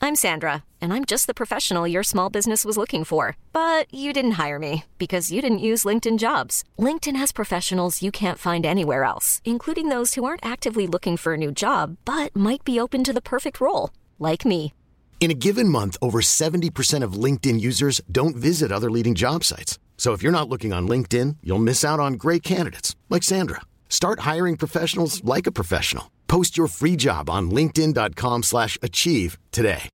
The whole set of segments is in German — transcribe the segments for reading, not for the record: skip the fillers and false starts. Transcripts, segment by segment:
I'm Sandra, and I'm just the professional your small business was looking for. But you didn't hire me because you didn't use LinkedIn Jobs. LinkedIn has professionals you can't find anywhere else, including those who aren't actively looking for a new job, but might be open to the perfect role, like me. In a given month, over 70% of LinkedIn users don't visit other leading job sites. So if you're not looking on LinkedIn, you'll miss out on great candidates like Sandra. Start hiring professionals like a professional. Post your free job on linkedin.com/achieve today.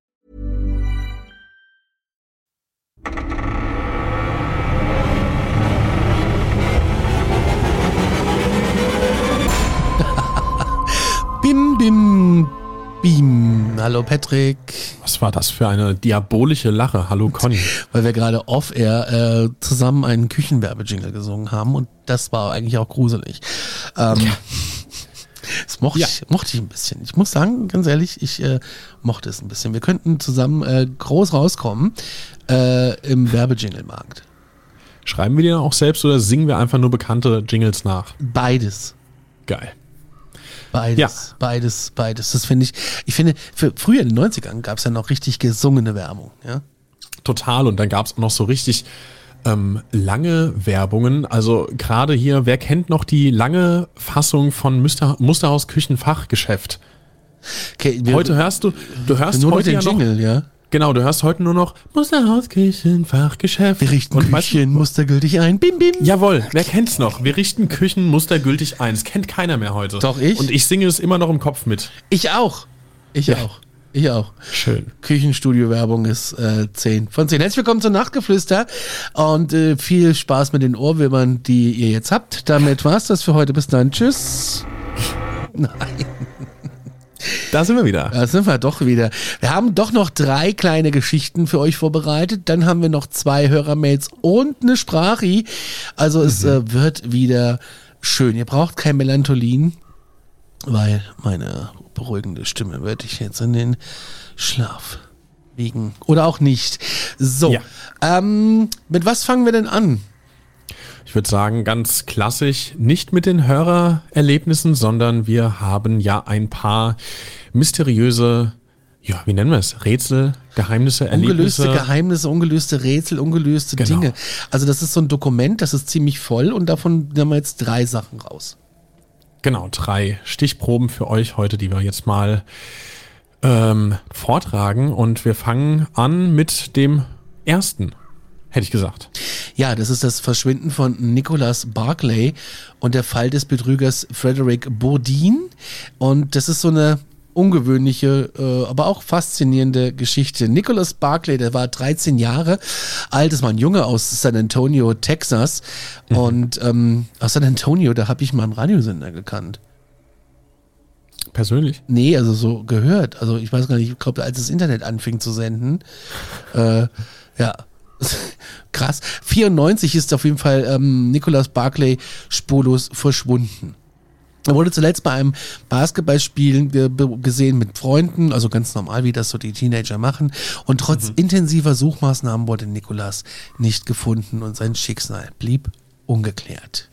Bim, bim, bim. Hallo Patrick. Was war das für eine diabolische Lache? Hallo Conny. Weil wir gerade off-air zusammen einen Küchenwerbejingle gesungen haben und das war eigentlich auch gruselig. Das mochte ich ein bisschen. Ich muss sagen, ganz ehrlich, ich mochte es ein bisschen. Wir könnten zusammen groß rauskommen im Werbejingle-Markt. Schreiben wir die dann auch selbst oder singen wir einfach nur bekannte Jingles nach? Beides. Geil. Beides. Das finde ich finde, früher in den 90ern gab es ja noch richtig gesungene Werbung, ja? Total, und dann gab es auch noch so richtig lange Werbungen. Also gerade hier, wer kennt noch die lange Fassung von Musterhaus Küchenfachgeschäft? Okay, heute hörst du hörst nur heute noch den Jingle, ja? Genau, du hörst heute nur noch Musterhaus Küchenfachgeschäft. Wir richten Küchen mustergültig ein. Bim, bim. Jawohl, wer kennt's noch? Wir richten Küchen mustergültig ein. Das kennt keiner mehr heute. Doch, ich. Und ich singe es immer noch im Kopf mit. Ich auch. Ich auch. Schön. Küchenstudio-Werbung ist 10 von 10. Herzlich willkommen zu Nachtgeflüster und viel Spaß mit den Ohrwürmern, die ihr jetzt habt. Damit war's das für heute. Bis dann. Tschüss. Nein. Da sind wir wieder. Da sind wir doch wieder. Wir haben doch noch 3 kleine Geschichten für euch vorbereitet. Dann haben wir noch 2 Hörermails und eine Sprachi. Also es wird wieder schön. Ihr braucht kein Melatonin, weil meine beruhigende Stimme wird ich jetzt in den Schlaf wiegen. Oder auch nicht. So, ja. Mit was fangen wir denn an? Ich würde sagen, ganz klassisch, nicht mit den Hörererlebnissen, sondern wir haben ja ein paar mysteriöse, ja, wie nennen wir es? Rätsel, Geheimnisse, Erlebnisse. Ungelöste Geheimnisse, ungelöste Rätsel, ungelöste Dinge. Also das ist so ein Dokument, das ist ziemlich voll und davon nehmen wir jetzt 3 Sachen raus. Genau, 3 Stichproben für euch heute, die wir jetzt mal vortragen. Und wir fangen an mit dem ersten. Hätte ich gesagt. Ja, das ist das Verschwinden von Nicholas Barclay und der Fall des Betrügers Frederick Bourdin. Und das ist so eine ungewöhnliche, aber auch faszinierende Geschichte. Nicholas Barclay, der war 13 Jahre alt, das war ein Junge aus San Antonio, Texas. Und aus San Antonio, da habe ich mal einen Radiosender gekannt. Persönlich? Nee, also so gehört. Also ich weiß gar nicht, ich glaube, als das Internet anfing zu senden, ja. Krass. 94 ist auf jeden Fall Nicholas Barclay spurlos verschwunden. Er wurde zuletzt bei einem Basketballspielen gesehen mit Freunden, also ganz normal, wie das so die Teenager machen. Und trotz intensiver Suchmaßnahmen wurde Nicholas nicht gefunden und sein Schicksal blieb ungeklärt.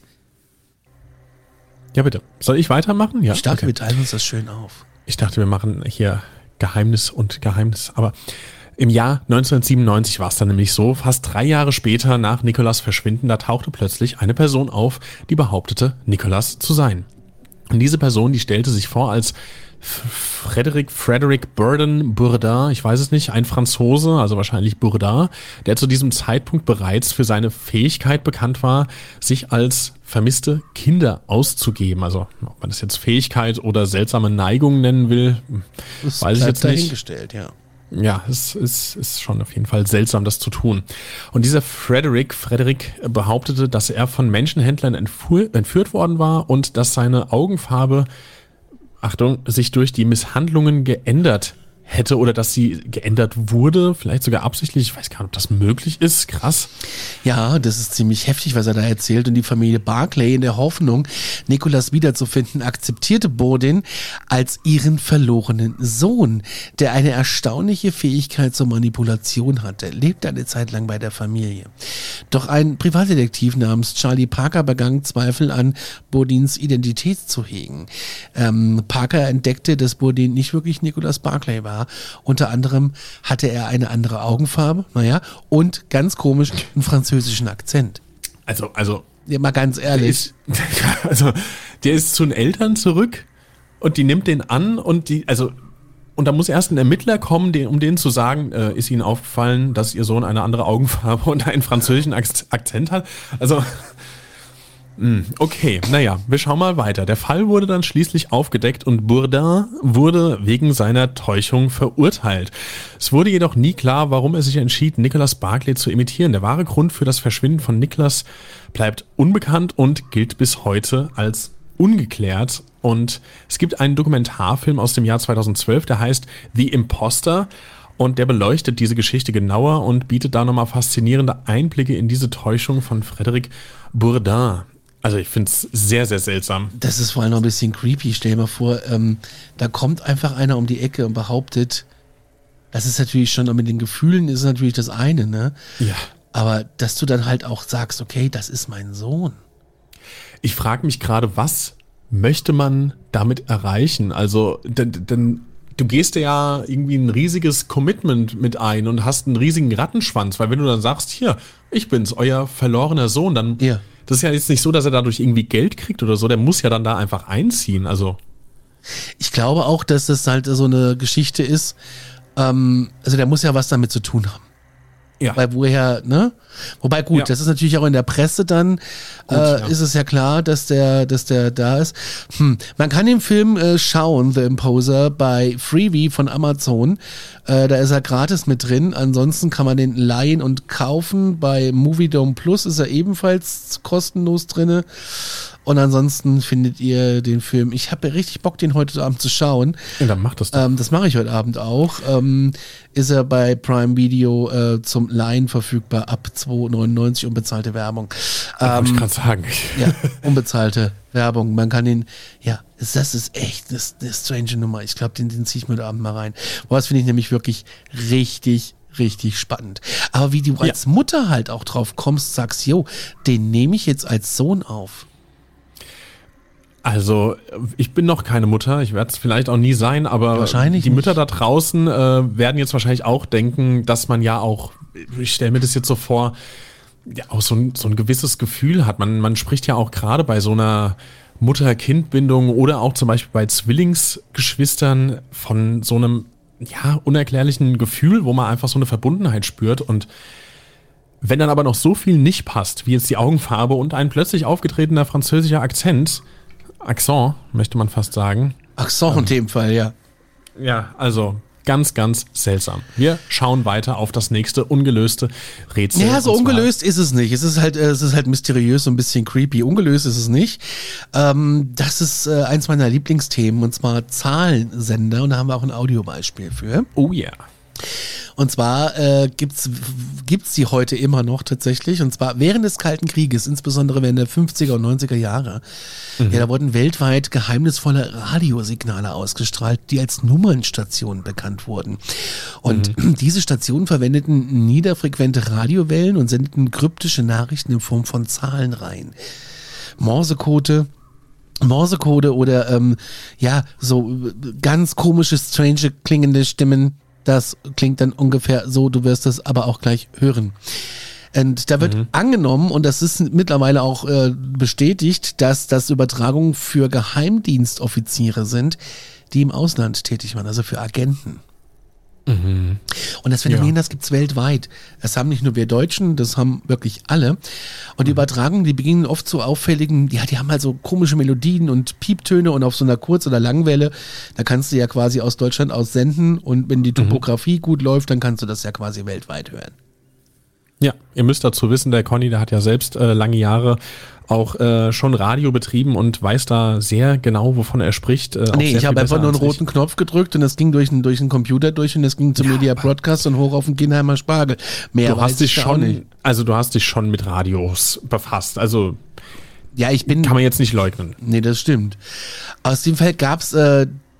Ja, bitte. Soll ich weitermachen? Ja. Ich dachte, wir teilen uns das schön auf. Ich dachte, wir machen hier Geheimnis und Geheimnis, aber im Jahr 1997 war es dann nämlich so, fast 3 Jahre später nach Nicholas' Verschwinden, da tauchte plötzlich eine Person auf, die behauptete, Nicholas zu sein. Und diese Person, die stellte sich vor als Frederick Bourdin, ich weiß es nicht, ein Franzose, also wahrscheinlich Bourdin, der zu diesem Zeitpunkt bereits für seine Fähigkeit bekannt war, sich als vermisste Kinder auszugeben. Also ob man das jetzt Fähigkeit oder seltsame Neigung nennen will, das weiß ich jetzt nicht. Dahingestellt, ja. Ja, es ist schon auf jeden Fall seltsam, das zu tun. Und dieser Frederick behauptete, dass er von Menschenhändlern entführt worden war und dass seine Augenfarbe, Achtung, sich durch die Misshandlungen geändert hätte oder dass sie geändert wurde, vielleicht sogar absichtlich. Ich weiß gar nicht, ob das möglich ist. Krass. Ja, das ist ziemlich heftig, was er da erzählt. Und die Familie Barclay in der Hoffnung, Nicholas wiederzufinden, akzeptierte Bourdin als ihren verlorenen Sohn, der eine erstaunliche Fähigkeit zur Manipulation hatte, lebte eine Zeit lang bei der Familie. Doch ein Privatdetektiv namens Charlie Parker begann Zweifel an Bourdins Identität zu hegen. Parker entdeckte, dass Bourdin nicht wirklich Nicholas Barclay war, war. Unter anderem hatte er eine andere Augenfarbe, und ganz komisch einen französischen Akzent. Also ja, mal ganz ehrlich. Der ist zu den Eltern zurück und die nimmt den an und und da muss erst ein Ermittler kommen, um denen zu sagen, ist ihnen aufgefallen, dass ihr Sohn eine andere Augenfarbe und einen französischen Akzent hat? Also, okay, naja, wir schauen mal weiter. Der Fall wurde dann schließlich aufgedeckt und Bourdin wurde wegen seiner Täuschung verurteilt. Es wurde jedoch nie klar, warum er sich entschied, Nicholas Barclay zu imitieren. Der wahre Grund für das Verschwinden von Nicholas bleibt unbekannt und gilt bis heute als ungeklärt. Und es gibt einen Dokumentarfilm aus dem Jahr 2012, der heißt The Imposter und der beleuchtet diese Geschichte genauer und bietet da nochmal faszinierende Einblicke in diese Täuschung von Frédéric Bourdin. Also ich finde es sehr, sehr seltsam. Das ist vor allem noch ein bisschen creepy. Stell dir mal vor, da kommt einfach einer um die Ecke und behauptet, das ist natürlich schon, mit den Gefühlen ist natürlich das eine, ne? Ja. Aber dass du dann halt auch sagst, okay, das ist mein Sohn. Ich frage mich gerade, was möchte man damit erreichen? Also, denn du gehst ja irgendwie ein riesiges Commitment mit ein und hast einen riesigen Rattenschwanz, weil wenn du dann sagst, hier, ich bin's, euer verlorener Sohn, dann, das ist ja jetzt nicht so, dass er dadurch irgendwie Geld kriegt oder so, der muss ja dann da einfach einziehen, also. Ich glaube auch, dass das halt so eine Geschichte ist, also der muss ja was damit zu tun haben. Ja. Weil woher, ne? Wobei gut, das ist natürlich auch in der Presse dann, ist es ja klar, dass der da ist. Man kann den Film schauen, The Imposter, bei Freevee von Amazon. Da ist er gratis mit drin. Ansonsten kann man den leihen und kaufen. Bei Moviedome Plus ist er ebenfalls kostenlos drinne. Und ansonsten findet ihr den Film. Ich habe ja richtig Bock, den heute Abend zu schauen. Ja, dann mach das doch. Das mache ich heute Abend auch. Ist er bei Prime Video zum Leihen verfügbar ab 2,99 unbezahlte Werbung. Wollte ich gerade sagen. Ja, unbezahlte Werbung. Man kann den, das ist echt eine strange Nummer. Ich glaube, den ziehe ich mir heute Abend mal rein. Boah, das finde ich nämlich wirklich richtig spannend. Aber wie du als Mutter halt auch drauf kommst, sagst, den nehme ich jetzt als Sohn auf. Also, ich bin noch keine Mutter, ich werde es vielleicht auch nie sein, aber die Mütter da draußen werden jetzt wahrscheinlich auch denken, dass man ja auch, ich stelle mir das jetzt so vor, ja auch so ein gewisses Gefühl hat. Man spricht ja auch gerade bei so einer Mutter-Kind-Bindung oder auch zum Beispiel bei Zwillingsgeschwistern von so einem unerklärlichen Gefühl, wo man einfach so eine Verbundenheit spürt. Und wenn dann aber noch so viel nicht passt, wie jetzt die Augenfarbe und ein plötzlich aufgetretener französischer Accent, möchte man fast sagen. Accent in dem Fall, ja. Ja, also ganz, ganz seltsam. Wir schauen weiter auf das nächste ungelöste Rätsel. Ja, so ungelöst ist es nicht. Es ist halt mysteriös, so ein bisschen creepy. Ungelöst ist es nicht. Das ist eins meiner Lieblingsthemen, und zwar Zahlensender. Und da haben wir auch ein Audiobeispiel für. Oh ja. Und zwar gibt's die heute immer noch tatsächlich. Und zwar während des Kalten Krieges, insbesondere während der 50er und 90er Jahre. Da wurden weltweit geheimnisvolle Radiosignale ausgestrahlt, die als Nummernstationen bekannt wurden. Und diese Stationen verwendeten niederfrequente Radiowellen und sendeten kryptische Nachrichten in Form von Zahlenreihen. Morsecode oder so ganz komische, strange klingende Stimmen. Das klingt dann ungefähr so, du wirst es aber auch gleich hören. Und da wird angenommen, und das ist mittlerweile auch bestätigt, dass das Übertragungen für Geheimdienstoffiziere sind, die im Ausland tätig waren, also für Agenten. Und das Phänomen, das gibt's weltweit. Das haben nicht nur wir Deutschen, das haben wirklich alle. Und die Übertragungen, die beginnen oft so auffälligen, die haben halt so komische Melodien und Pieptöne, und auf so einer Kurz- oder Langwelle, da kannst du ja quasi aus Deutschland aus senden, und wenn die Topografie gut läuft, dann kannst du das ja quasi weltweit hören. Ja, ihr müsst dazu wissen, der Conny, der hat ja selbst lange Jahre auch schon Radio betrieben und weiß da sehr genau, wovon er spricht. Ich habe einfach nur einen roten Knopf gedrückt, und das ging durch den Computer durch, und das ging zum Media Broadcast und hoch auf den Genheimer Spargel. Mehr weiß ich auch nicht. Also du hast dich schon mit Radios befasst, also kann man jetzt nicht leugnen. Nee, das stimmt. Aus dem Fall gab's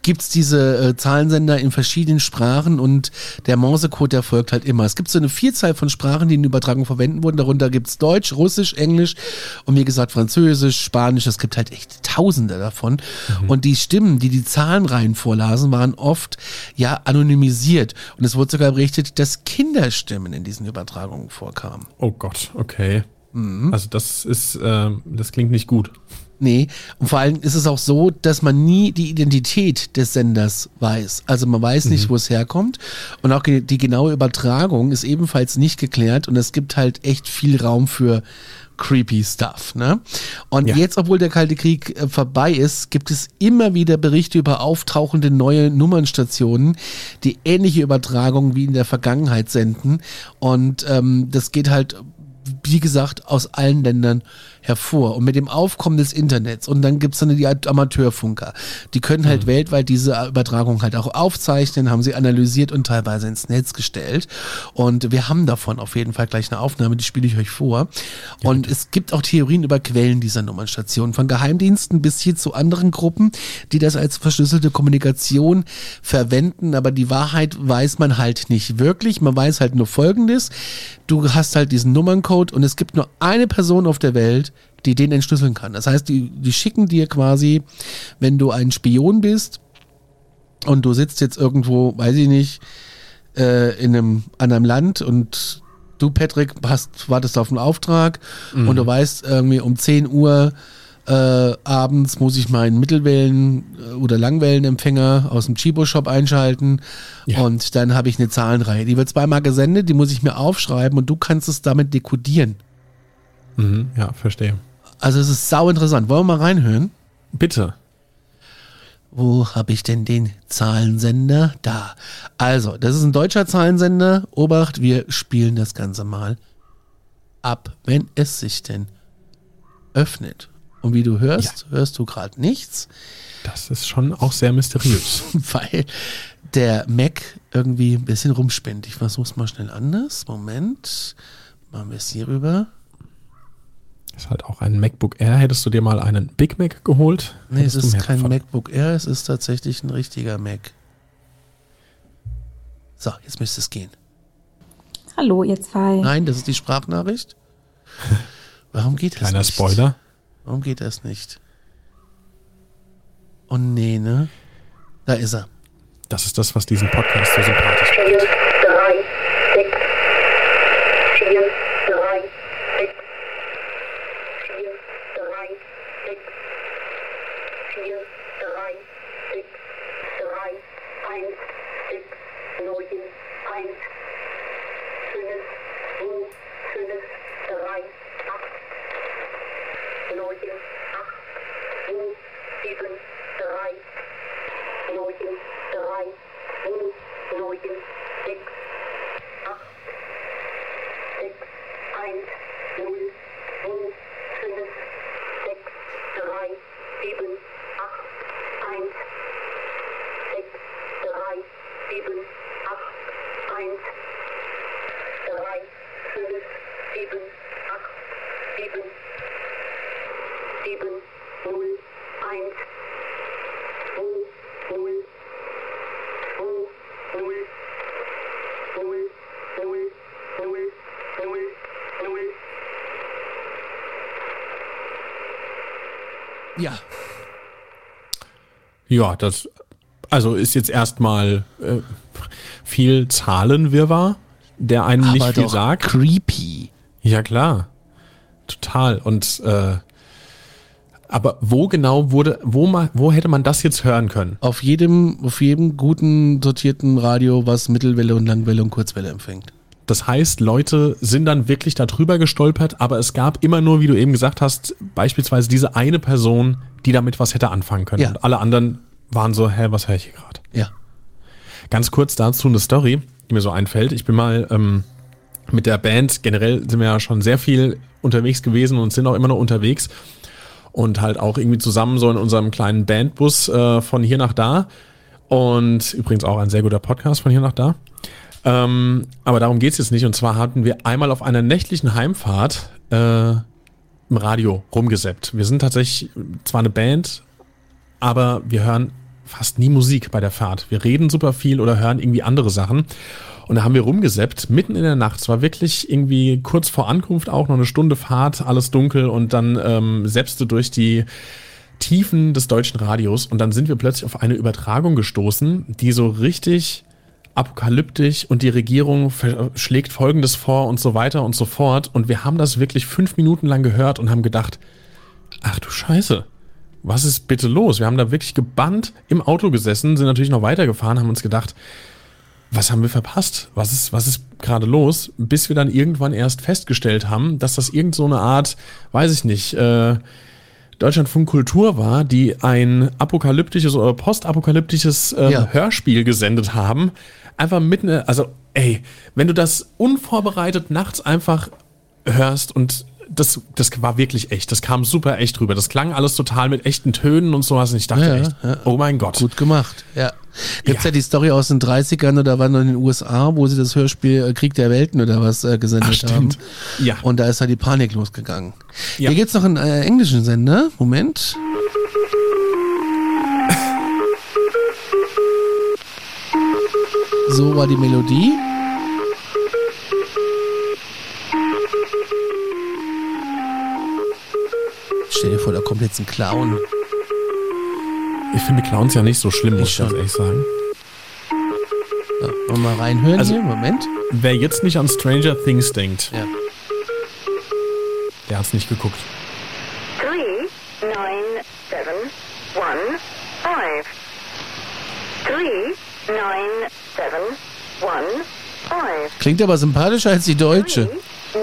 gibt es diese Zahlensender in verschiedenen Sprachen und der Morsecode, der folgt halt immer. Es gibt so eine Vielzahl von Sprachen, die in Übertragung verwenden wurden. Darunter gibt es Deutsch, Russisch, Englisch und wie gesagt Französisch, Spanisch. Es gibt halt echt Tausende davon. Und die Stimmen, die Zahlenreihen vorlasen, waren oft ja anonymisiert. Und es wurde sogar berichtet, dass Kinderstimmen in diesen Übertragungen vorkamen. Oh Gott, okay. Also das klingt nicht gut. Nee, und vor allem ist es auch so, dass man nie die Identität des Senders weiß. Also man weiß nicht, wo es herkommt. Und auch die genaue Übertragung ist ebenfalls nicht geklärt. Und es gibt halt echt viel Raum für creepy Stuff, ne? Und jetzt, obwohl der Kalte Krieg vorbei ist, gibt es immer wieder Berichte über auftauchende neue Nummernstationen, die ähnliche Übertragungen wie in der Vergangenheit senden. Und das geht halt, wie gesagt, aus allen Ländern hervor. Und mit dem Aufkommen des Internets und dann gibt's dann die Amateurfunker, die können halt weltweit diese Übertragung halt auch aufzeichnen, haben sie analysiert und teilweise ins Netz gestellt. Und wir haben davon auf jeden Fall gleich eine Aufnahme, die spiele ich euch vor. Ja, und es gibt auch Theorien über Quellen dieser Nummernstationen, von Geheimdiensten bis hin zu anderen Gruppen, die das als verschlüsselte Kommunikation verwenden, aber die Wahrheit weiß man halt nicht wirklich. Man weiß halt nur Folgendes: Du hast halt diesen Nummerncode und es gibt nur eine Person auf der Welt, die den entschlüsseln kann. Das heißt, die schicken dir quasi, wenn du ein bist und du sitzt jetzt irgendwo, weiß ich nicht, in einem anderen Land und du, Patrick, wartest auf einen Auftrag und du weißt irgendwie um 10 Uhr abends muss ich meinen Mittelwellen- oder Langwellenempfänger aus dem Chibo-Shop einschalten und dann habe ich eine Zahlenreihe. Die wird zweimal gesendet, die muss ich mir aufschreiben und du kannst es damit dekodieren. Ja, verstehe. Also es ist sau interessant. Wollen wir mal reinhören? Bitte. Wo habe ich denn den Zahlensender? Da. Also, das ist ein deutscher Zahlensender. Obacht, wir spielen das Ganze mal ab, wenn es sich denn öffnet. Und wie du hörst, hörst du gerade nichts. Das ist schon auch sehr mysteriös. Weil der Mac irgendwie ein bisschen rumspinnt. Ich versuche es mal schnell anders. Moment. Machen wir es hier rüber. Ist halt auch ein MacBook Air. Hättest du dir mal einen Big Mac geholt? Nee, es ist kein MacBook Air, es ist tatsächlich ein richtiger Mac. So, jetzt müsste es gehen. Hallo, ihr zwei. Nein, das ist die Sprachnachricht. Warum geht das nicht? Kleiner Spoiler. Warum geht das nicht? Oh nee, ne? Da ist er. Das ist das, was diesen Podcast so sympathisch macht. 4, 3, 6, 4, 3, 6, 4, 3, 6, 4, 3, 6, 3, 1, 6, 9, 1, 5, 2, 5, 3, 8, 9, 8, 2, 7, 3, 9, 3, 2, 9, 6, 8, 6, 1, 0, 2, 5, 6, 3, 7, 8, 1, 6, 3, 7, 8, 1, 3, 5, 7, 8, 7, 7, 0, 1, 2, 0, 2, 0, 0, 0, 0, 0, 0. Ja. Ja, das also ist jetzt erstmal viel Zahlenwirrwar, der einem Aber nicht viel doch sagt. creepy. Ja, klar. Total. Und aber wo genau wo hätte man das jetzt hören können? Auf jedem guten sortierten Radio, was Mittelwelle und Langwelle und Kurzwelle empfängt. Das heißt, Leute sind dann wirklich da drüber gestolpert, aber es gab immer nur, wie du eben gesagt hast, beispielsweise diese eine Person, die damit was hätte anfangen können. Ja. Und alle anderen waren so, was höre ich hier gerade? Ja. Ganz kurz dazu eine Story, die mir so einfällt. Ich bin mal mit der Band, generell sind wir ja schon sehr viel unterwegs gewesen und sind auch immer noch unterwegs. Und halt auch irgendwie zusammen so in unserem kleinen Bandbus von hier nach da. Und übrigens auch ein sehr guter Podcast von hier nach da. Aber darum geht's jetzt nicht. Und zwar hatten wir einmal auf einer nächtlichen Heimfahrt im Radio rumgesappt. Wir sind tatsächlich zwar eine Band, aber wir hören fast nie Musik bei der Fahrt. Wir reden super viel oder hören irgendwie andere Sachen. Und da haben wir rumgesäppt, mitten in der Nacht. Es war wirklich irgendwie kurz vor Ankunft auch, noch eine Stunde Fahrt, alles dunkel und dann säppste durch die Tiefen des deutschen Radios und dann sind wir plötzlich auf eine Übertragung gestoßen, die so richtig apokalyptisch und die Regierung schlägt Folgendes vor und so weiter und so fort. Und wir haben das wirklich 5 Minuten lang gehört und haben gedacht, ach du Scheiße, was ist bitte los? Wir haben da wirklich gebannt im Auto gesessen, sind natürlich noch weitergefahren, haben uns gedacht, was haben wir verpasst? Was ist gerade los? Bis wir dann irgendwann erst festgestellt haben, dass das irgend so eine Art, weiß ich nicht, Deutschlandfunk Kultur war, die ein apokalyptisches oder postapokalyptisches Hörspiel gesendet haben. Einfach mitten, also ey, wenn du das unvorbereitet nachts einfach hörst und das war wirklich echt, das kam super echt rüber. Das klang alles total mit echten Tönen und sowas und ich dachte echt, oh mein Gott. Gut gemacht, ja. Gibt's ja die Story aus den 30ern oder wann in den USA, wo sie das Hörspiel Krieg der Welten oder was gesendet haben. Ja. Und da ist halt die Panik losgegangen. Ja. Hier gibt's noch einen englischen Sender. Moment. So war die Melodie. Stell dir vor, da kommt jetzt ein Clown. Ich finde Clowns ja nicht so schlimm, muss ich ganz ehrlich sagen. So, wollen wir mal reinhören hier? Moment. Wer jetzt nicht an Stranger Things denkt, Ja. der hat's nicht geguckt. 3, 9, 7, 1, 5. 3, 9, 7, 1, 5. Klingt aber sympathischer als die deutsche. 9,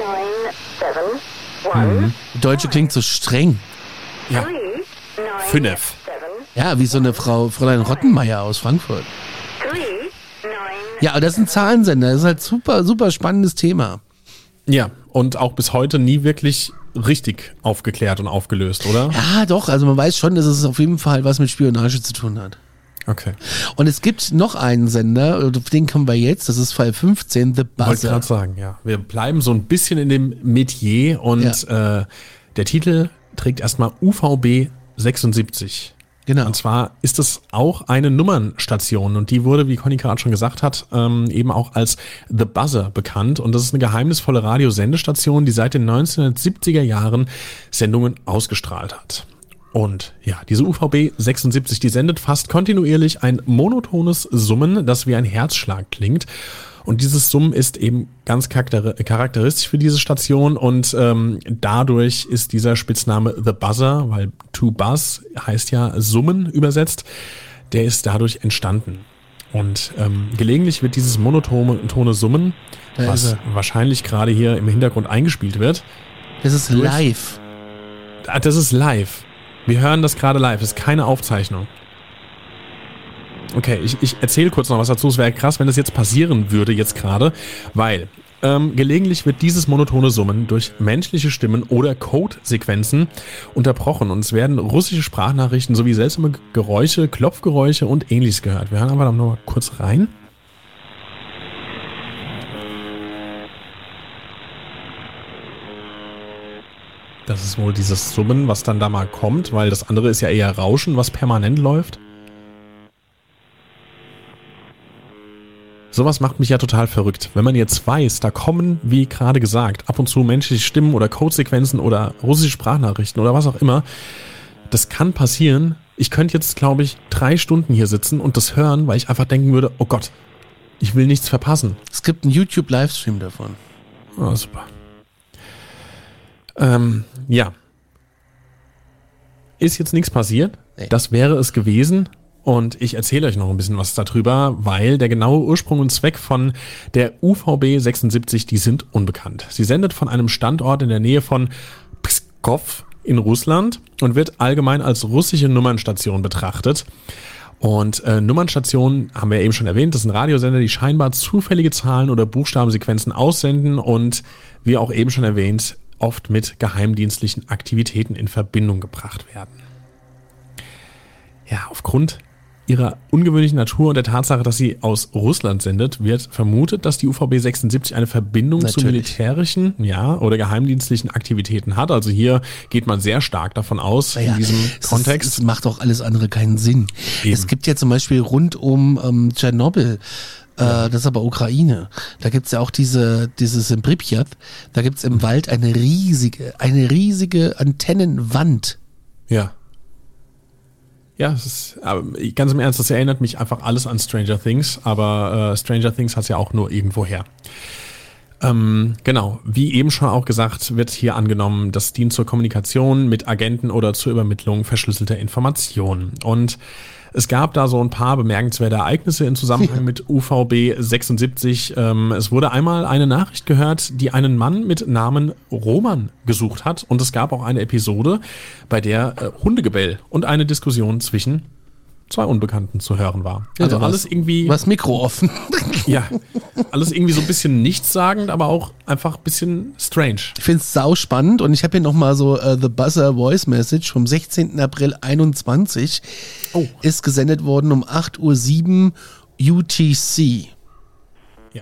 7, 1, Die deutsche klingt so streng. Ja. 3, 9, Fünf. 7, Ja, wie so eine Fräulein Rottenmeier aus Frankfurt. 3, 9, Ja, aber das ist ein Zahlensender. Das ist halt super, super spannendes Thema. Ja, und auch bis heute nie wirklich richtig aufgeklärt und aufgelöst, oder? Ja, doch. Also man weiß schon, dass es auf jeden Fall was mit Spionage zu tun hat. Okay. Und es gibt noch einen Sender, auf den kommen wir jetzt. Das ist Fall 15, The Wollte Buzzer. gerade sagen, ja. Wir bleiben so ein bisschen in dem Metier und der Titel trägt erstmal UVB 76. Genau. Und zwar ist es auch eine Nummernstation und die wurde, wie Conny gerade schon gesagt hat, eben auch als The Buzzer bekannt. Und das ist eine geheimnisvolle Radiosendestation, die seit den 1970er Jahren Sendungen ausgestrahlt hat. Und ja, diese UVB 76, die sendet fast kontinuierlich ein monotones Summen, das wie ein Herzschlag klingt. Und dieses Summen ist eben ganz charakteristisch für diese Station und dadurch ist dieser Spitzname The Buzzer, weil to buzz heißt ja Summen übersetzt, der ist dadurch entstanden. Und gelegentlich wird dieses monotone Summen, Da was ist er. wahrscheinlich gerade hier im Hintergrund eingespielt wird, Das ist live. das ist live. Wir hören das gerade live, das ist keine Aufzeichnung. Okay, ich erzähle kurz noch was dazu. Es wäre krass, wenn das jetzt passieren würde, jetzt gerade, weil gelegentlich wird dieses monotone Summen durch menschliche Stimmen oder Codesequenzen unterbrochen und es werden russische Sprachnachrichten sowie seltsame Geräusche, Klopfgeräusche und ähnliches gehört. Wir hören einfach noch mal kurz rein. Das ist wohl dieses Summen, was dann da mal kommt, weil das andere ist ja eher Rauschen, was permanent läuft. Sowas macht mich ja total verrückt. Wenn man jetzt weiß, da kommen, wie gerade gesagt, ab und zu menschliche Stimmen oder Codesequenzen oder russische Sprachnachrichten oder was auch immer. Das kann passieren. Ich könnte jetzt, glaube ich, 3 Stunden hier sitzen und das hören, weil ich einfach denken würde, oh Gott, ich will nichts verpassen. Es gibt einen YouTube-Livestream davon. Oh, super. Ja. Ist jetzt nichts passiert. Nee. Das wäre es gewesen. Und ich erzähle euch noch ein bisschen was darüber, weil der genaue Ursprung und Zweck von der UVB 76, die sind unbekannt. Sie sendet von einem Standort in der Nähe von Pskov in Russland und wird allgemein als russische Nummernstation betrachtet. Und Nummernstationen haben wir eben schon erwähnt, das sind Radiosender, die scheinbar zufällige Zahlen oder Buchstabensequenzen aussenden und, wie auch eben schon erwähnt, oft mit geheimdienstlichen Aktivitäten in Verbindung gebracht werden. Ja, aufgrund ihrer ungewöhnlichen Natur und der Tatsache, dass sie aus Russland sendet, wird vermutet, dass die UVB 76 eine Verbindung zu militärischen, oder geheimdienstlichen Aktivitäten hat. Also hier geht man sehr stark davon aus, in diesem Kontext. Es macht auch alles andere keinen Sinn. Eben. Es gibt ja zum Beispiel rund um Tschernobyl, das ist aber Ukraine. Da gibt's ja auch dieses in Pripyat, da gibt's im Wald eine riesige Antennenwand. Ja. Ja, es ist, aber ganz im Ernst, das erinnert mich einfach alles an Stranger Things, aber Stranger Things hat es ja auch nur irgendwo her. Genau, wie eben schon auch gesagt, wird hier angenommen, das dient zur Kommunikation mit Agenten oder zur Übermittlung verschlüsselter Informationen. Und es gab da so ein paar bemerkenswerte Ereignisse im Zusammenhang mit UVB 76. Es wurde einmal eine Nachricht gehört, die einen Mann mit Namen Roman gesucht hat. Und es gab auch eine Episode, bei der Hundegebell und eine Diskussion zwischen zwei Unbekannten zu hören war. Also alles irgendwie... Was Mikro offen. Ja, alles irgendwie so ein bisschen nichtssagend, aber auch einfach ein bisschen strange. Ich finde es sau spannend und ich habe hier nochmal so The Buzzer Voice Message vom 16. April 21. Ist gesendet worden um 8:07 Uhr UTC. Ja.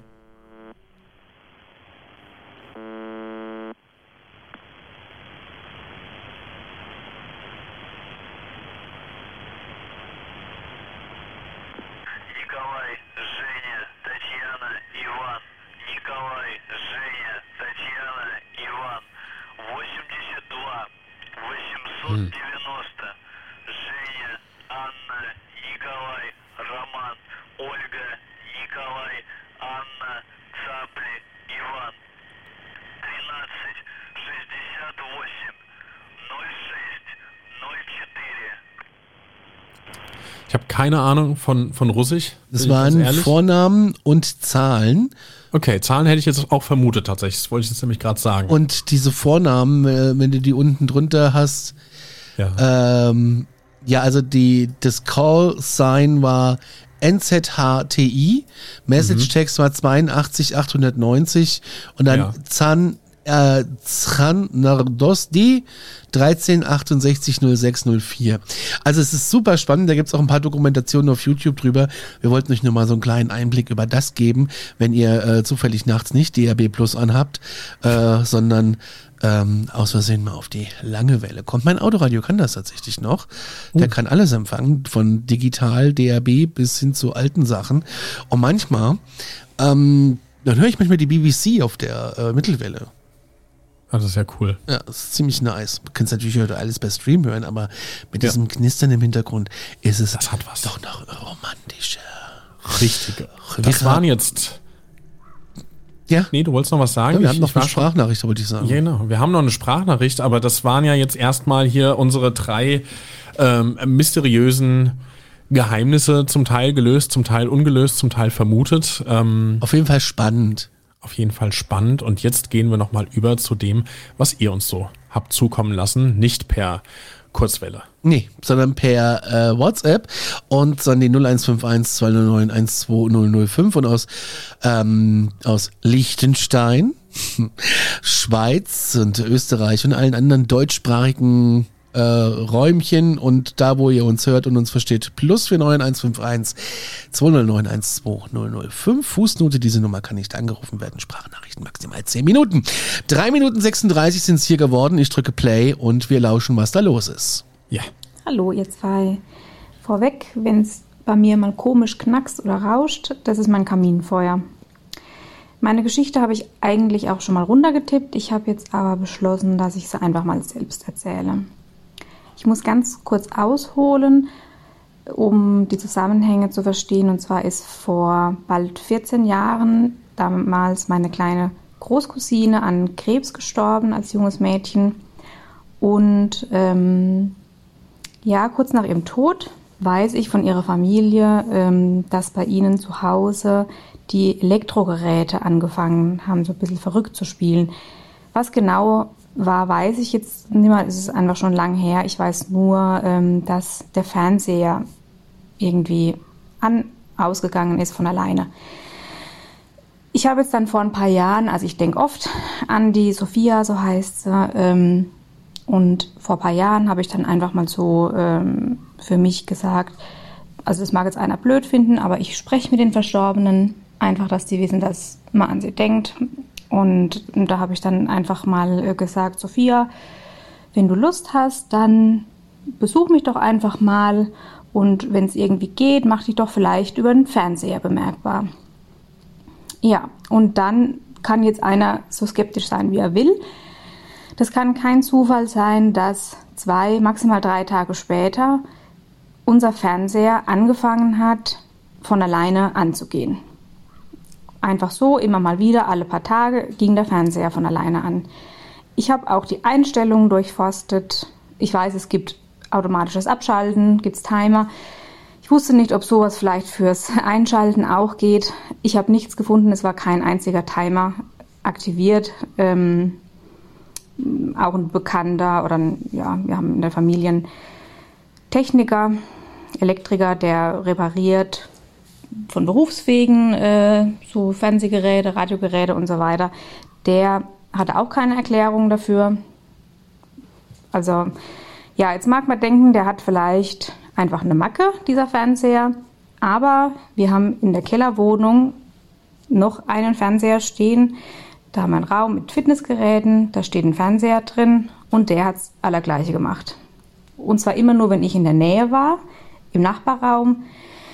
Николай, Женя, Татьяна, Иван. Николай, Женя, Татьяна, Иван. 82 890. Женя, Анна, Николай, Роман, Ольга, Николай, Анна, Цапли, Иван. 13 68 06 04. Ich habe keine Ahnung von Russisch. Das waren Vornamen und Zahlen. Okay, Zahlen hätte ich jetzt auch vermutet tatsächlich. Das wollte ich jetzt nämlich gerade sagen. Und diese Vornamen, wenn du die unten drunter hast, also das Call-Sign war NZHTI, Message-Text war 82890 und dann Nardosti 13680604. Also es ist super spannend, da gibt es auch ein paar Dokumentationen auf YouTube drüber. Wir wollten euch nur mal so einen kleinen Einblick über das geben, wenn ihr zufällig nachts nicht DAB Plus anhabt, sondern aus Versehen mal auf die Langeweile kommt. Mein Autoradio kann das tatsächlich noch. Der kann alles empfangen, von digital, DAB bis hin zu alten Sachen. Und manchmal, dann höre ich manchmal die BBC auf der Mittelwelle. Das ist ja cool. Ja, das ist ziemlich nice. Du kannst natürlich heute alles bei Stream hören, aber mit diesem Knistern im Hintergrund ist es das hat was. Doch noch romantischer. Richtig. Das waren jetzt... Ja? Nee, du wolltest noch was sagen? Ja, wir haben noch eine Sprachnachricht, wollte ich sagen. Ja, genau. Wir haben noch eine Sprachnachricht, aber das waren ja jetzt erstmal hier unsere 3 mysteriösen Geheimnisse, zum Teil gelöst, zum Teil ungelöst, zum Teil vermutet. Auf jeden Fall spannend. Auf jeden Fall spannend. Und jetzt gehen wir nochmal über zu dem, was ihr uns so habt zukommen lassen. Nicht per Kurzwelle. Nee, sondern per WhatsApp und dann die 0151 209 12005 und aus Liechtenstein, Schweiz und Österreich und allen anderen deutschsprachigen Räumchen und da, wo ihr uns hört und uns versteht, plus 49151 209 12005. Fußnote, diese Nummer kann nicht angerufen werden. Sprachnachrichten maximal 10 Minuten. 3 Minuten 36 sind es hier geworden. Ich drücke Play und wir lauschen, was da los ist. Ja. Hallo ihr zwei. Vorweg, wenn es bei mir mal komisch knackst oder rauscht, das ist mein Kaminfeuer. Meine Geschichte habe ich eigentlich auch schon mal runtergetippt. Ich habe jetzt aber beschlossen, dass ich sie einfach mal selbst erzähle. Ich muss ganz kurz ausholen, um die Zusammenhänge zu verstehen. Und zwar ist vor bald 14 Jahren damals meine kleine Großcousine an Krebs gestorben als junges Mädchen. Und kurz nach ihrem Tod weiß ich von ihrer Familie, dass bei ihnen zu Hause die Elektrogeräte angefangen haben, so ein bisschen verrückt zu spielen. Was genau war, weiß ich jetzt nicht mehr, es ist einfach schon lang her. Ich weiß nur, dass der Fernseher irgendwie ausgegangen ist von alleine. Ich habe jetzt dann vor ein paar Jahren, also ich denke oft an die Sophia, so heißt sie, und vor ein paar Jahren habe ich dann einfach mal so für mich gesagt, Also das mag jetzt einer blöd finden, aber ich spreche mit den Verstorbenen, einfach, dass die wissen, dass man an sie denkt. Und da habe ich dann einfach mal gesagt, Sophia, wenn du Lust hast, dann besuch mich doch einfach mal. Und wenn es irgendwie geht, mach dich doch vielleicht über den Fernseher bemerkbar. Ja, und dann kann jetzt einer so skeptisch sein, wie er will. Das kann kein Zufall sein, dass 2, maximal 3 Tage später unser Fernseher angefangen hat, von alleine anzugehen. Einfach so, immer mal wieder, alle paar Tage ging der Fernseher von alleine an. Ich habe auch die Einstellungen durchforstet. Ich weiß, es gibt automatisches Abschalten, gibt es Timer. Ich wusste nicht, ob sowas vielleicht fürs Einschalten auch geht. Ich habe nichts gefunden, es war kein einziger Timer aktiviert. Auch ein Bekannter oder wir haben in der Familie einen Techniker, Elektriker, der repariert von Berufswegen so Fernsehgeräte, Radiogeräte und so weiter. Der hatte auch keine Erklärung dafür. Also ja, jetzt mag man denken, der hat vielleicht einfach eine Macke, dieser Fernseher. Aber wir haben in der Kellerwohnung noch einen Fernseher stehen. Da haben wir einen Raum mit Fitnessgeräten, da steht ein Fernseher drin und der hat das Allergleiche gemacht. Und zwar immer nur, wenn ich in der Nähe war, im Nachbarraum.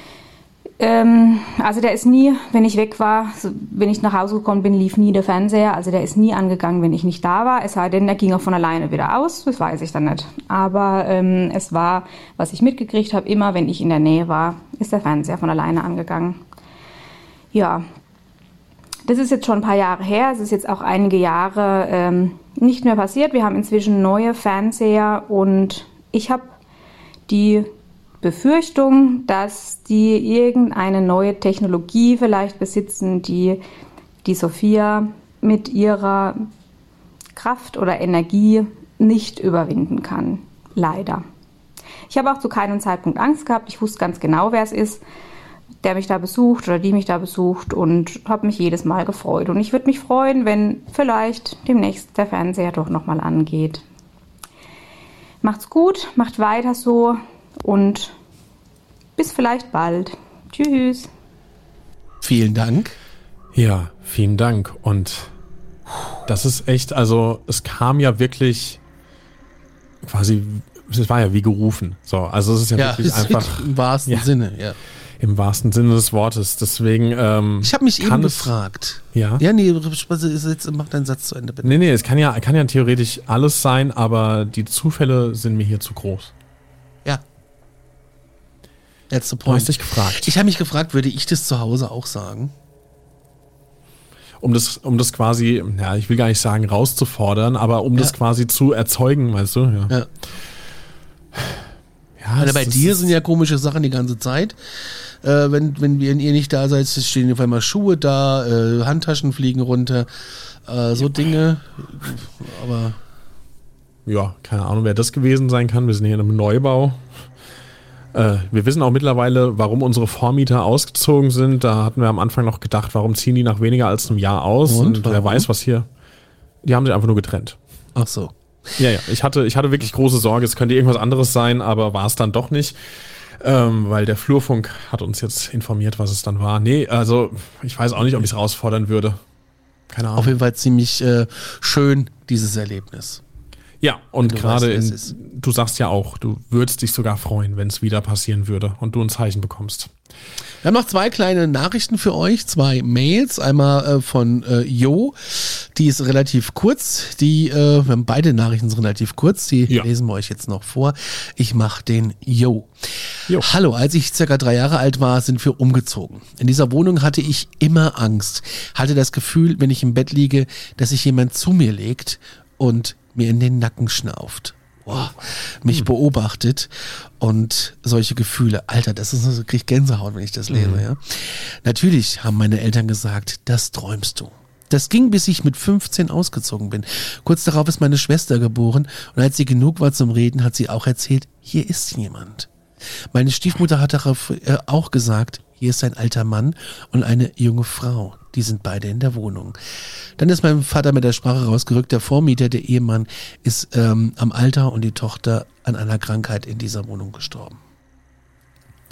Also der ist nie, wenn ich weg war, wenn ich nach Hause gekommen bin, lief nie der Fernseher. Also der ist nie angegangen, wenn ich nicht da war. Es sei denn, der ging auch von alleine wieder aus. Das weiß ich dann nicht. Aber es war, was ich mitgekriegt habe, immer, wenn ich in der Nähe war, ist der Fernseher von alleine angegangen. Ja, das ist jetzt schon ein paar Jahre her. Es ist jetzt auch einige Jahre nicht mehr passiert. Wir haben inzwischen neue Fernseher und ich habe die Befürchtung, dass die irgendeine neue Technologie vielleicht besitzen, die Sophia mit ihrer Kraft oder Energie nicht überwinden kann. Leider. Ich habe auch zu keinem Zeitpunkt Angst gehabt. Ich wusste ganz genau, wer es ist, der mich da besucht oder die mich da besucht und habe mich jedes Mal gefreut. Und ich würde mich freuen, wenn vielleicht demnächst der Fernseher doch nochmal angeht. Macht's gut, macht weiter so. Und bis vielleicht bald. Tschüss. Vielen Dank. Ja, vielen Dank. Und das ist echt, also es kam ja wirklich quasi, es war ja wie gerufen. So, also es ist ja wirklich einfach. Im wahrsten Sinne, ja. Im wahrsten Sinne des Wortes. Deswegen. Ich habe mich eben gefragt. Ja. Ja, nee, jetzt mach deinen Satz zu Ende, bitte. Nee, es kann ja theoretisch alles sein, aber die Zufälle sind mir hier zu groß. Ja. That's the Du point. hast dich gefragt. Ich habe mich gefragt, würde ich das zu Hause auch sagen? Um das quasi, ja, ich will gar nicht sagen rauszufordern, aber das quasi zu erzeugen, weißt du? Ja. Also bei dir sind ja komische Sachen die ganze Zeit. Wenn ihr nicht da seid, stehen auf einmal Schuhe da, Handtaschen fliegen runter, so Dinge. Aber ja, keine Ahnung, wer das gewesen sein kann. Wir sind hier in einem Neubau. Wir wissen auch mittlerweile, warum unsere Vormieter ausgezogen sind. Da hatten wir am Anfang noch gedacht, warum ziehen die nach weniger als einem Jahr aus? Und wer weiß, was hier. Die haben sich einfach nur getrennt. Ach so. Ja, ich hatte wirklich große Sorge, es könnte irgendwas anderes sein, aber war es dann doch nicht. Weil der Flurfunk hat uns jetzt informiert, was es dann war. Nee, also ich weiß auch nicht, ob ich es herausfordern würde. Keine Ahnung. Auf jeden Fall ziemlich schön, dieses Erlebnis. Ja, und gerade weißt, du sagst ja auch, du würdest dich sogar freuen, wenn es wieder passieren würde und du ein Zeichen bekommst. Wir haben noch 2 kleine Nachrichten für euch, 2 Mails. Einmal von Jo, die ist relativ kurz. Wir haben beide Nachrichten sind relativ kurz, die lesen wir euch jetzt noch vor. Ich mache den Jo. Hallo, als ich circa 3 Jahre alt war, sind wir umgezogen. In dieser Wohnung hatte ich immer Angst. Hatte das Gefühl, wenn ich im Bett liege, dass sich jemand zu mir legt und mir in den Nacken schnauft. Wow, mich beobachtet und solche Gefühle. Alter, das ist so, krieg ich Gänsehaut, wenn ich das lese, ja. Natürlich haben meine Eltern gesagt, das träumst du. Das ging, bis ich mit 15 ausgezogen bin. Kurz darauf ist meine Schwester geboren und als sie genug war zum Reden, hat sie auch erzählt, hier ist jemand. Meine Stiefmutter hat darauf auch gesagt, hier ist ein alter Mann und eine junge Frau. Die sind beide in der Wohnung. Dann ist mein Vater mit der Sprache rausgerückt. Der Vormieter, der Ehemann, ist am Alter und die Tochter an einer Krankheit in dieser Wohnung gestorben. Tja.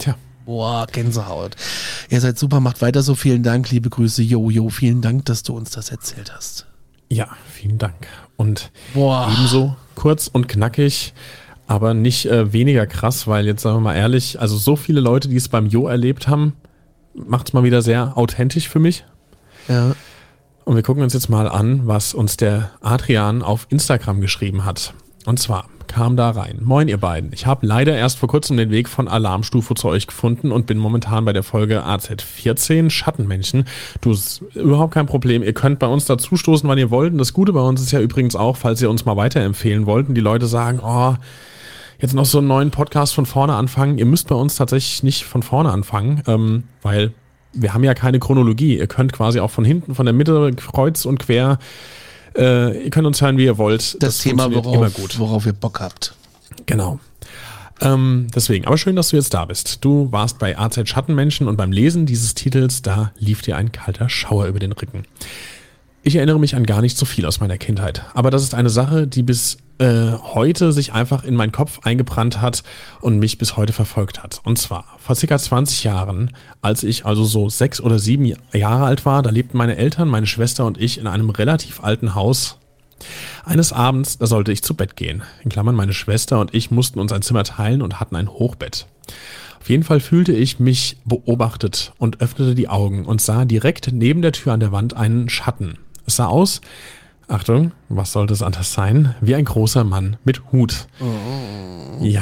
Boah, Gänsehaut. Ihr seid super, macht weiter so. Vielen Dank, liebe Grüße. Jojo, vielen Dank, dass du uns das erzählt hast. Ja, vielen Dank. Und ebenso kurz und knackig, aber nicht weniger krass, weil jetzt sagen wir mal ehrlich, also so viele Leute, die es beim Jo erlebt haben, macht es mal wieder sehr authentisch für mich. Ja. Und wir gucken uns jetzt mal an, was uns der Adrian auf Instagram geschrieben hat. Und zwar kam da rein: Moin ihr beiden, ich habe leider erst vor kurzem den Weg von Alarmstufe zu euch gefunden und bin momentan bei der Folge AZ14 Schattenmenschen. Du, ist überhaupt kein Problem, ihr könnt bei uns dazustoßen, wann ihr wollt. Und das Gute bei uns ist ja übrigens auch, falls ihr uns mal weiterempfehlen wollt und die Leute sagen, oh, jetzt noch so einen neuen Podcast von vorne anfangen. Ihr müsst bei uns tatsächlich nicht von vorne anfangen, weil wir haben ja keine Chronologie. Ihr könnt quasi auch von hinten, von der Mitte, kreuz und quer, ihr könnt uns hören, wie ihr wollt. Das Thema, worauf ihr Bock habt. Genau. Deswegen, aber schön, dass du jetzt da bist. Du warst bei AZ Schattenmenschen und beim Lesen dieses Titels, da lief dir ein kalter Schauer über den Rücken. Ich erinnere mich an gar nicht so viel aus meiner Kindheit, aber das ist eine Sache, die bis heute sich einfach in meinen Kopf eingebrannt hat und mich bis heute verfolgt hat. Und zwar vor ca. 20 Jahren, als ich also so 6 oder 7 Jahre alt war, da lebten meine Eltern, meine Schwester und ich in einem relativ alten Haus. Eines Abends, da sollte ich zu Bett gehen. In Klammern, meine Schwester und ich mussten uns ein Zimmer teilen und hatten ein Hochbett. Auf jeden Fall fühlte ich mich beobachtet und öffnete die Augen und sah direkt neben der Tür an der Wand einen Schatten. Es sah aus, Achtung, was sollte es anders sein, wie ein großer Mann mit Hut. Oh. Ja.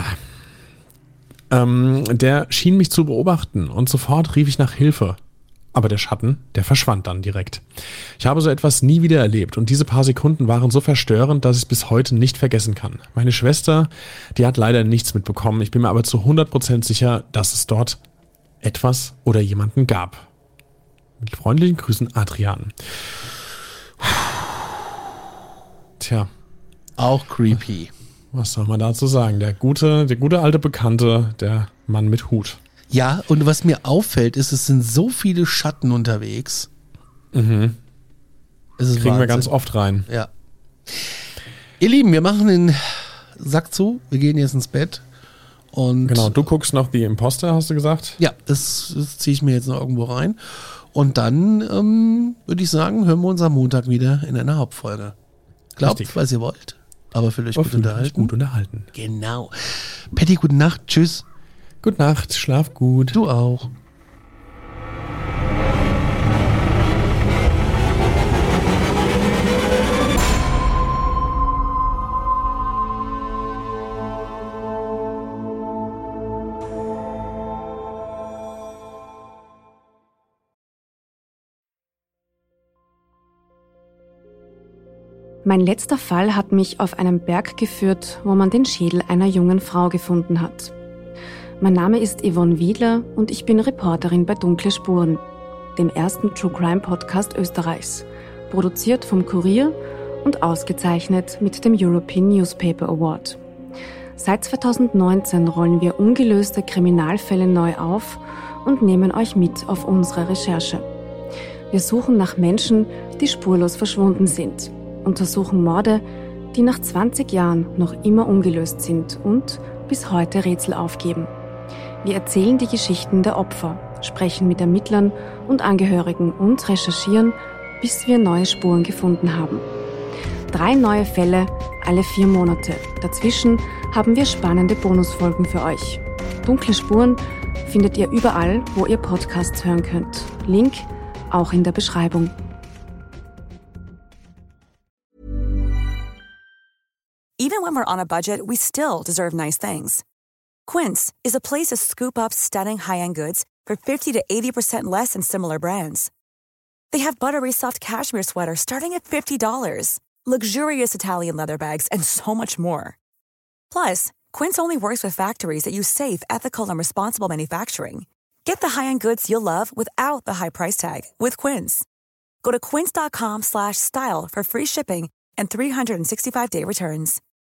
Der schien mich zu beobachten und sofort rief ich nach Hilfe. Aber der Schatten, der verschwand dann direkt. Ich habe so etwas nie wieder erlebt und diese paar Sekunden waren so verstörend, dass ich es bis heute nicht vergessen kann. Meine Schwester, die hat leider nichts mitbekommen. Ich bin mir aber zu 100% sicher, dass es dort etwas oder jemanden gab. Mit freundlichen Grüßen, Adrian. Tja. Auch creepy. Was soll man dazu sagen? Der gute alte Bekannte, der Mann mit Hut. Ja, und was mir auffällt, ist, es sind so viele Schatten unterwegs. Mhm. Es ist Kriegen Wahnsinn. wir ganz oft rein. Ja. Ihr Lieben, wir machen den Sack zu. Wir gehen jetzt ins Bett. Und genau, du guckst noch The Imposter, hast du gesagt? Ja, das ziehe ich mir jetzt noch irgendwo rein. Und dann würde ich sagen, hören wir uns am Montag wieder in einer Hauptfolge. Glaubt, was ihr wollt, aber fühlt euch gut unterhalten. Gut unterhalten. Genau. Patty, gute Nacht. Tschüss. Gute Nacht. Schlaf gut. Du auch. Mein letzter Fall hat mich auf einen Berg geführt, wo man den Schädel einer jungen Frau gefunden hat. Mein Name ist Yvonne Wiedler und ich bin Reporterin bei Dunkle Spuren, dem ersten True Crime Podcast Österreichs, produziert vom Kurier und ausgezeichnet mit dem European Newspaper Award. Seit 2019 rollen wir ungelöste Kriminalfälle neu auf und nehmen euch mit auf unsere Recherche. Wir suchen nach Menschen, die spurlos verschwunden sind, untersuchen Morde, die nach 20 Jahren noch immer ungelöst sind und bis heute Rätsel aufgeben. Wir erzählen die Geschichten der Opfer, sprechen mit Ermittlern und Angehörigen und recherchieren, bis wir neue Spuren gefunden haben. 3 neue Fälle alle 4 Monate. Dazwischen haben wir spannende Bonusfolgen für euch. Dunkle Spuren findet ihr überall, wo ihr Podcasts hören könnt. Link auch in der Beschreibung. Even when we're on a budget, we still deserve nice things. Quince is a place to scoop up stunning high-end goods for 50 to 80% less than similar brands. They have buttery soft cashmere sweaters starting at $50, luxurious Italian leather bags, and so much more. Plus, Quince only works with factories that use safe, ethical, and responsible manufacturing. Get the high-end goods you'll love without the high price tag with Quince. Go to quince.com/style for free shipping and 365-day returns.